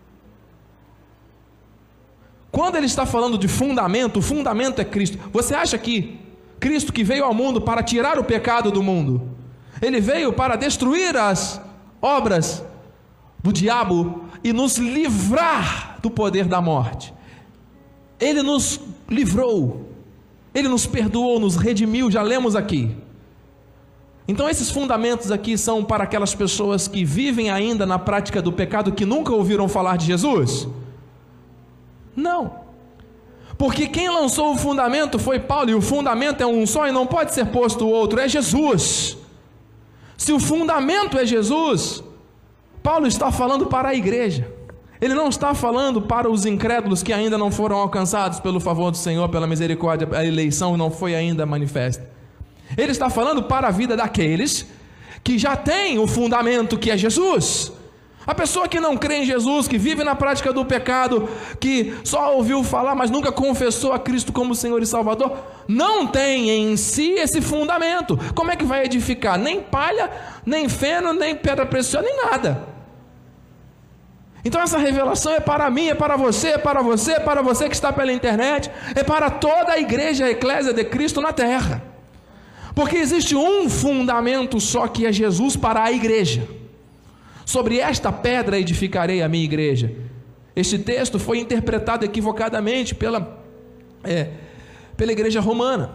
Quando ele está falando de fundamento, o fundamento é Cristo. Você acha que Cristo, que veio ao mundo para tirar o pecado do mundo, ele veio para destruir as obras do diabo e nos livrar do poder da morte? Ele nos livrou, ele nos perdoou, nos redimiu, já lemos aqui. Então esses fundamentos aqui são para aquelas pessoas que vivem ainda na prática do pecado, que nunca ouviram falar de Jesus? Não, porque quem lançou o fundamento foi Paulo, e o fundamento é um só e não pode ser posto o outro, é Jesus. Se o fundamento é Jesus, Paulo está falando para a igreja, ele não está falando para os incrédulos que ainda não foram alcançados pelo favor do Senhor, pela misericórdia, a eleição não foi ainda manifesta. Ele está falando para a vida daqueles que já têm o fundamento, que é Jesus. A pessoa que não crê em Jesus, que vive na prática do pecado, que só ouviu falar, mas nunca confessou a Cristo como Senhor e Salvador, não tem em si esse fundamento. Como é que vai edificar? Nem palha, nem feno, nem pedra preciosa, nem nada. Então essa revelação é para mim, é para você, é para você, é para você que está pela internet, é para toda a igreja, a eclésia de Cristo na terra. Porque existe um fundamento só, que é Jesus para a igreja. Sobre esta pedra edificarei a minha igreja. Este texto foi interpretado equivocadamente pela, é, pela igreja romana.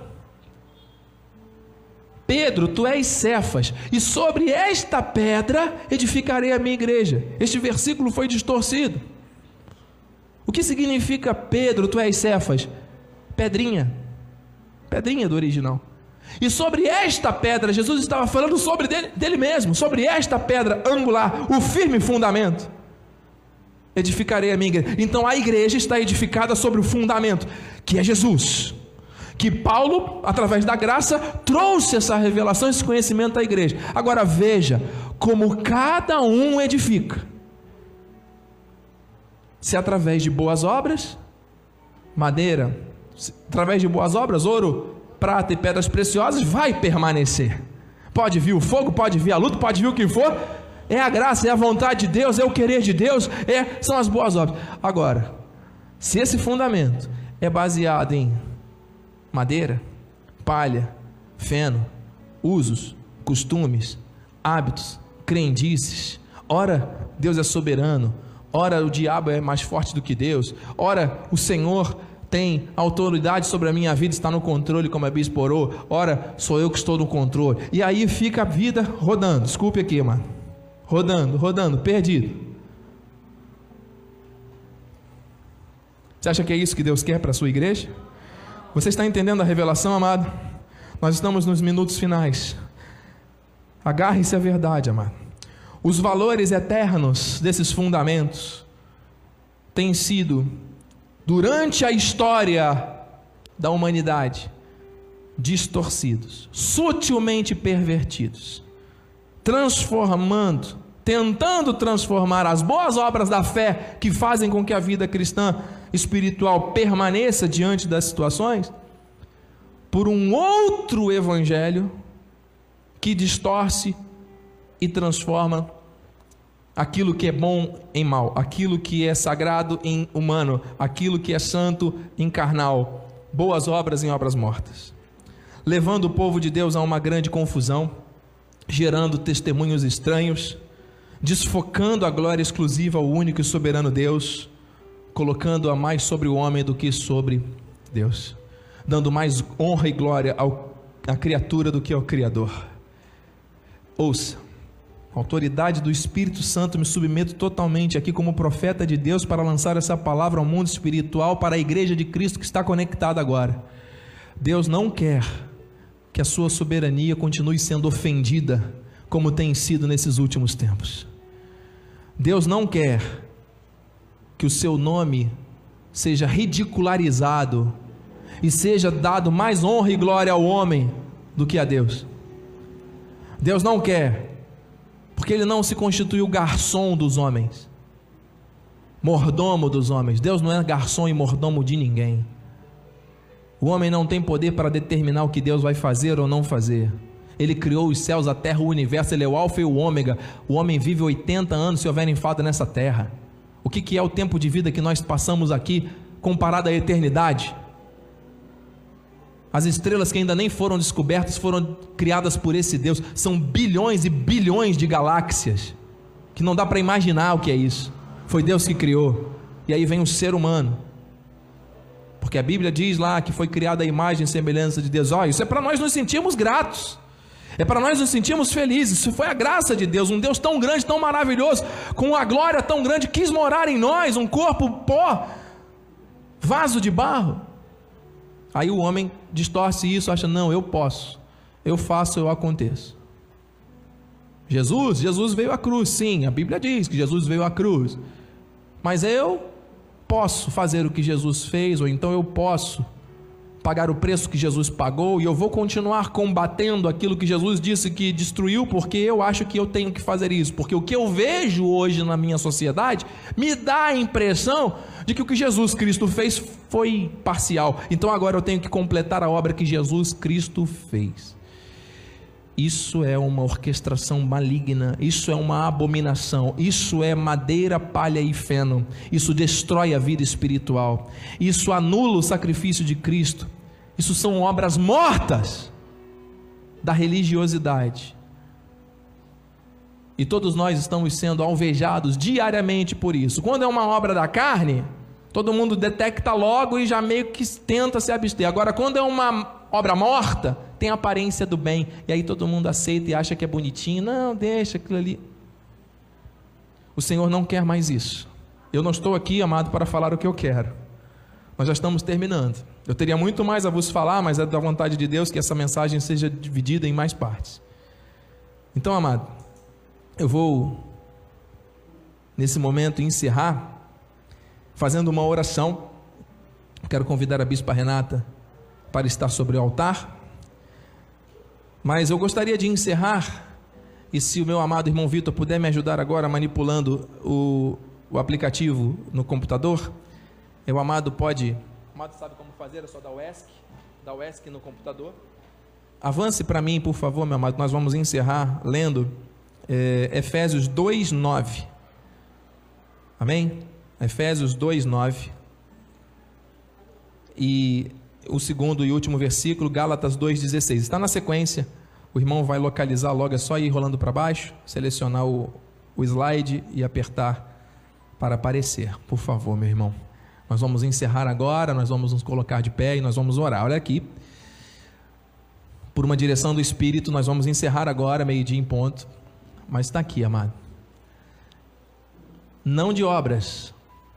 Pedro, tu és Cefas, e sobre esta pedra edificarei a minha igreja. Este versículo foi distorcido. O que significa Pedro, tu és Cefas? Pedrinha, pedrinha do original. E sobre esta pedra, Jesus estava falando sobre dele, dele mesmo, sobre esta pedra angular, o firme fundamento, edificarei a minha igreja. Então a igreja está edificada sobre o fundamento, que é Jesus, que Paulo, através da graça, trouxe essa revelação, esse conhecimento à igreja. Agora veja como cada um edifica: se através de boas obras, madeira, através de boas obras, ouro, prata e pedras preciosas, vai permanecer. Pode vir o fogo, pode vir a luta, pode vir o que for, é a graça, é a vontade de Deus, é o querer de Deus, é, são as boas obras. Agora, se esse fundamento é baseado em madeira, palha, feno, usos, costumes, hábitos, crendices, ora Deus é soberano, ora o diabo é mais forte do que Deus, ora o Senhor tem autoridade sobre a minha vida, está no controle, como a bispo orou, ora sou eu que estou no controle, e aí fica a vida rodando, desculpe aqui, mano, rodando, rodando, perdido. Você acha que é isso que Deus quer para a sua igreja? Você está entendendo a revelação, amado? Nós estamos nos minutos finais. Agarre-se à verdade, amado. Os valores eternos desses fundamentos têm sido, durante a história da humanidade, distorcidos, sutilmente pervertidos, transformando, tentando transformar as boas obras da fé que fazem com que a vida cristã espiritual permaneça diante das situações, por um outro evangelho que distorce e transforma aquilo que é bom em mal, aquilo que é sagrado em humano, aquilo que é santo em carnal, boas obras em obras mortas, levando o povo de Deus a uma grande confusão, gerando testemunhos estranhos, desfocando a glória exclusiva ao único e soberano Deus, colocando-a mais sobre o homem do que sobre Deus, dando mais honra e glória ao, à criatura do que ao Criador. Ouça, com a autoridade do Espírito Santo, me submeto totalmente aqui como profeta de Deus para lançar essa palavra ao mundo espiritual, para a igreja de Cristo que está conectada agora. Deus não quer que a sua soberania continue sendo ofendida, como tem sido nesses últimos tempos. Deus não quer que o seu nome seja ridicularizado e seja dado mais honra e glória ao homem do que a Deus. Deus não quer, porque Ele não se constituiu garçom dos homens, mordomo dos homens. Deus não é garçom e mordomo de ninguém. O homem não tem poder para determinar o que Deus vai fazer ou não fazer. Ele criou os céus, a terra, o universo. Ele é o alfa e o ômega. O homem vive oitenta anos se houver falta nessa terra. O que, que é o tempo de vida que nós passamos aqui comparado à eternidade? As estrelas que ainda nem foram descobertas foram criadas por esse Deus. São bilhões e bilhões de galáxias que não dá para imaginar o que é isso. Foi Deus que criou. E aí vem o ser humano, porque a Bíblia diz lá que foi criada a imagem e semelhança de Deus. Olha, isso é para nós nos sentirmos gratos, é para nós nos sentirmos felizes. Isso foi a graça de Deus. Um Deus tão grande, tão maravilhoso, com uma glória tão grande, quis morar em nós, um corpo pó, vaso de barro. Aí o homem distorce isso, acha, não, eu posso, eu faço, eu aconteço. Jesus, Jesus veio à cruz, sim, a Bíblia diz que Jesus veio à cruz, mas eu posso fazer o que Jesus fez, ou então eu posso pagar o preço que Jesus pagou, e eu vou continuar combatendo aquilo que Jesus disse que destruiu, porque eu acho que eu tenho que fazer isso, porque o que eu vejo hoje na minha sociedade me dá a impressão de que o que Jesus Cristo fez foi parcial, então agora eu tenho que completar a obra que Jesus Cristo fez. Isso é uma orquestração maligna, isso é uma abominação, isso é madeira, palha e feno, isso destrói a vida espiritual, isso anula o sacrifício de Cristo, isso são obras mortas da religiosidade, e todos nós estamos sendo alvejados diariamente por isso. Quando é uma obra da carne, todo mundo detecta logo e já meio que tenta se abster. Agora, quando é uma obra morta, tem a aparência do bem, e aí todo mundo aceita e acha que é bonitinho. Não, deixa aquilo ali. O Senhor não quer mais isso. Eu não estou aqui, amado, para falar o que eu quero. Nós já estamos terminando. Eu teria muito mais a vos falar, mas é da vontade de Deus que essa mensagem seja dividida em mais partes. Então, amado, eu vou nesse momento encerrar fazendo uma oração. Quero convidar a Bispa Renata para estar sobre o altar, mas eu gostaria de encerrar, e se o meu amado irmão Vitor puder me ajudar agora manipulando o, o aplicativo no computador, o amado pode, o amado sabe como fazer, é só dar o ESC, dar o ESC no computador. Avance para mim, por favor, meu amado, nós vamos encerrar lendo é, Efésios dois, nove, amém? Efésios dois, nove, e o segundo e último versículo, Gálatas dois, dezesseis, está na sequência, o irmão vai localizar logo, é só ir rolando para baixo, selecionar o, o slide e apertar para aparecer, por favor, meu irmão. Nós vamos encerrar agora, nós vamos nos colocar de pé e nós vamos orar. Olha aqui, por uma direção do Espírito, nós vamos encerrar agora, meio-dia em ponto, mas está aqui, amado, não de obras,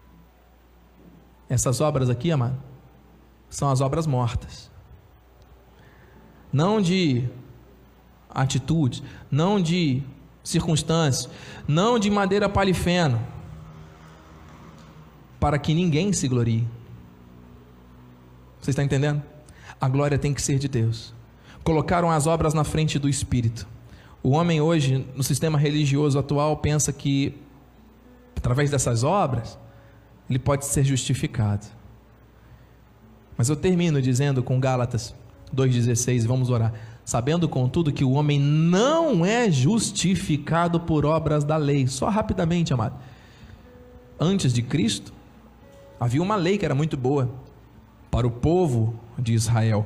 essas obras aqui, amado, são as obras mortas, não de atitudes, não de circunstâncias, não de madeira, palha e feno, para que ninguém se glorie. Você está entendendo? A glória tem que ser de Deus. Colocaram as obras na frente do Espírito. O homem hoje, no sistema religioso atual, pensa que através dessas obras ele pode ser justificado. Mas eu termino dizendo com Gálatas dois, dezesseis, vamos orar. Sabendo, contudo, que o homem não é justificado por obras da lei. Só rapidamente, amado. Antes de Cristo, havia uma lei que era muito boa para o povo de Israel.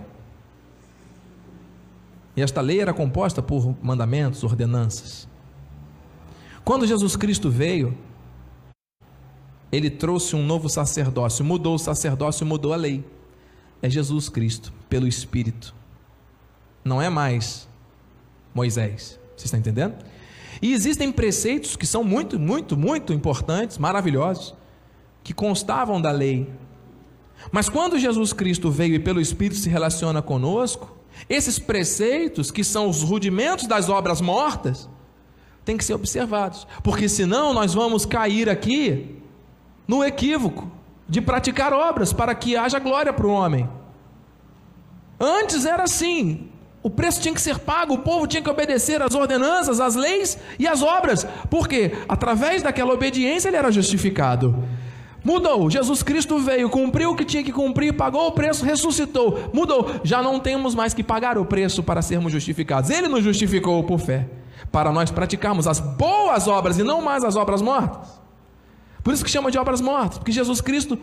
E esta lei era composta por mandamentos, ordenanças. Quando Jesus Cristo veio, ele trouxe um novo sacerdócio, mudou o sacerdócio, mudou a lei. É Jesus Cristo, pelo Espírito. Não é mais Moisés. Você está entendendo? E existem preceitos que são muito, muito, muito importantes, maravilhosos, que constavam da lei. Mas quando Jesus Cristo veio e pelo Espírito se relaciona conosco, esses preceitos, que são os rudimentos das obras mortas, têm que ser observados, porque senão nós vamos cair aqui no equívoco de praticar obras para que haja glória para o homem. Antes era assim, o preço tinha que ser pago, o povo tinha que obedecer às ordenanças, às leis e às obras, porque através daquela obediência ele era justificado. Mudou. Jesus Cristo veio, cumpriu o que tinha que cumprir, pagou o preço, ressuscitou. Mudou. Já não temos mais que pagar o preço para sermos justificados. Ele nos justificou por fé, para nós praticarmos as boas obras e não mais as obras mortas. Por isso que chama de obras mortas, porque Jesus Cristo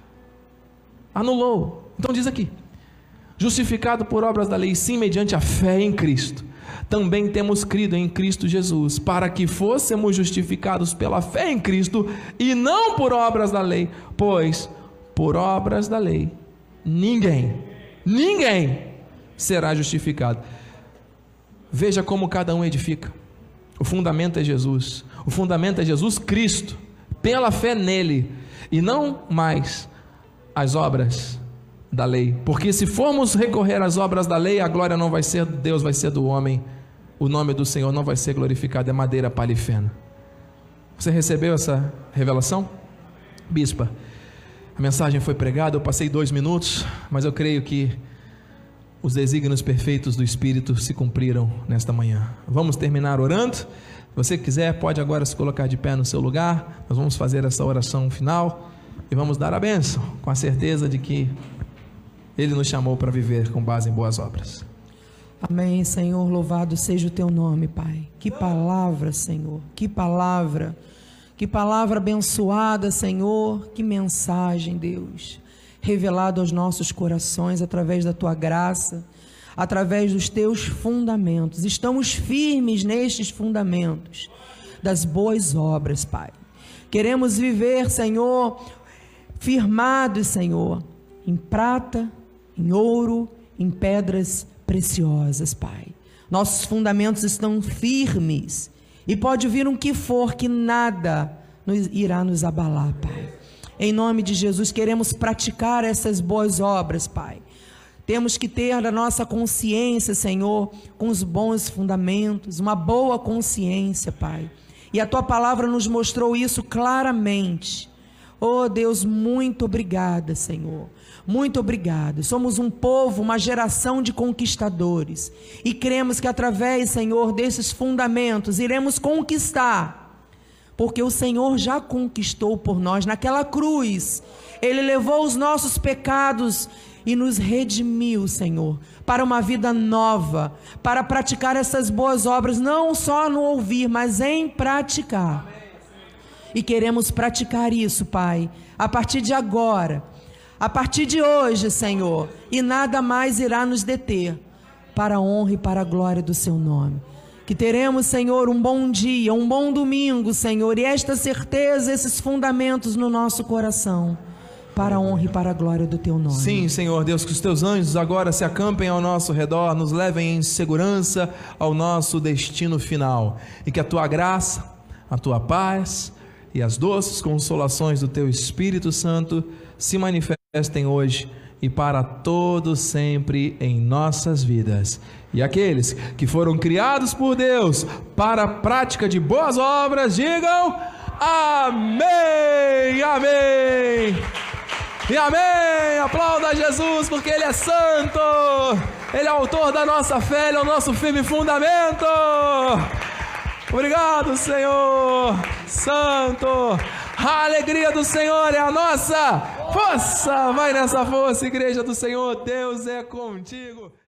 anulou. Então diz aqui: justificado por obras da lei, sim, mediante a fé em Cristo, também temos crido em Cristo Jesus, para que fôssemos justificados pela fé em Cristo, e não por obras da lei, pois por obras da lei ninguém, ninguém será justificado. Veja como cada um edifica. O fundamento é Jesus, o fundamento é Jesus Cristo, pela fé nele, e não mais as obras da lei, porque se formos recorrer às obras da lei, a glória não vai ser de Deus, vai ser do homem, o nome do Senhor não vai ser glorificado, é madeira, palha e feno. Você recebeu essa revelação? Bispa, a mensagem foi pregada, eu passei dois minutos, mas eu creio que os desígnios perfeitos do Espírito se cumpriram nesta manhã. Vamos terminar orando. Se você quiser, pode agora se colocar de pé no seu lugar. Nós vamos fazer essa oração final e vamos dar a bênção, com a certeza de que Ele nos chamou para viver com base em boas obras. Amém, Senhor, louvado seja o teu nome, Pai. Que palavra, Senhor, que palavra, que palavra abençoada, Senhor, que mensagem, Deus, revelado aos nossos corações através da tua graça, através dos teus fundamentos. Estamos firmes nestes fundamentos das boas obras, Pai. Queremos viver, Senhor, firmados, Senhor, em prata, em ouro, em pedras preciosas, Pai. Nossos fundamentos estão firmes, e pode vir um que for, que nada nos, irá nos abalar, Pai. Em nome de Jesus, queremos praticar essas boas obras, Pai. Temos que ter a nossa consciência, Senhor, com os bons fundamentos, uma boa consciência, Pai. E a tua palavra nos mostrou isso claramente. Oh Deus, muito obrigada, Senhor, muito obrigada. Somos um povo, uma geração de conquistadores, e cremos que através, Senhor, desses fundamentos iremos conquistar, porque o Senhor já conquistou por nós naquela cruz. Ele levou os nossos pecados e nos redimiu, Senhor, para uma vida nova, para praticar essas boas obras, não só no ouvir, mas em praticar. E queremos praticar isso, Pai, a partir de agora, a partir de hoje, Senhor, e nada mais irá nos deter, para a honra e para a glória do seu nome. Que teremos, Senhor, um bom dia, um bom domingo, Senhor, e esta certeza, esses fundamentos no nosso coração, para a honra e para a glória do teu nome. Sim, Senhor Deus, que os teus anjos agora se acampem ao nosso redor, nos levem em segurança ao nosso destino final, e que a tua graça, a tua paz e as doces consolações do teu Espírito Santo se manifestem hoje e para todo sempre em nossas vidas. E aqueles que foram criados por Deus para a prática de boas obras, digam amém, amém e amém. Aplauda Jesus, porque Ele é santo, Ele é autor da nossa fé, Ele é o nosso firme fundamento. Obrigado, Senhor santo. A alegria do Senhor é a nossa força. Vai nessa força, igreja do Senhor. Deus é contigo.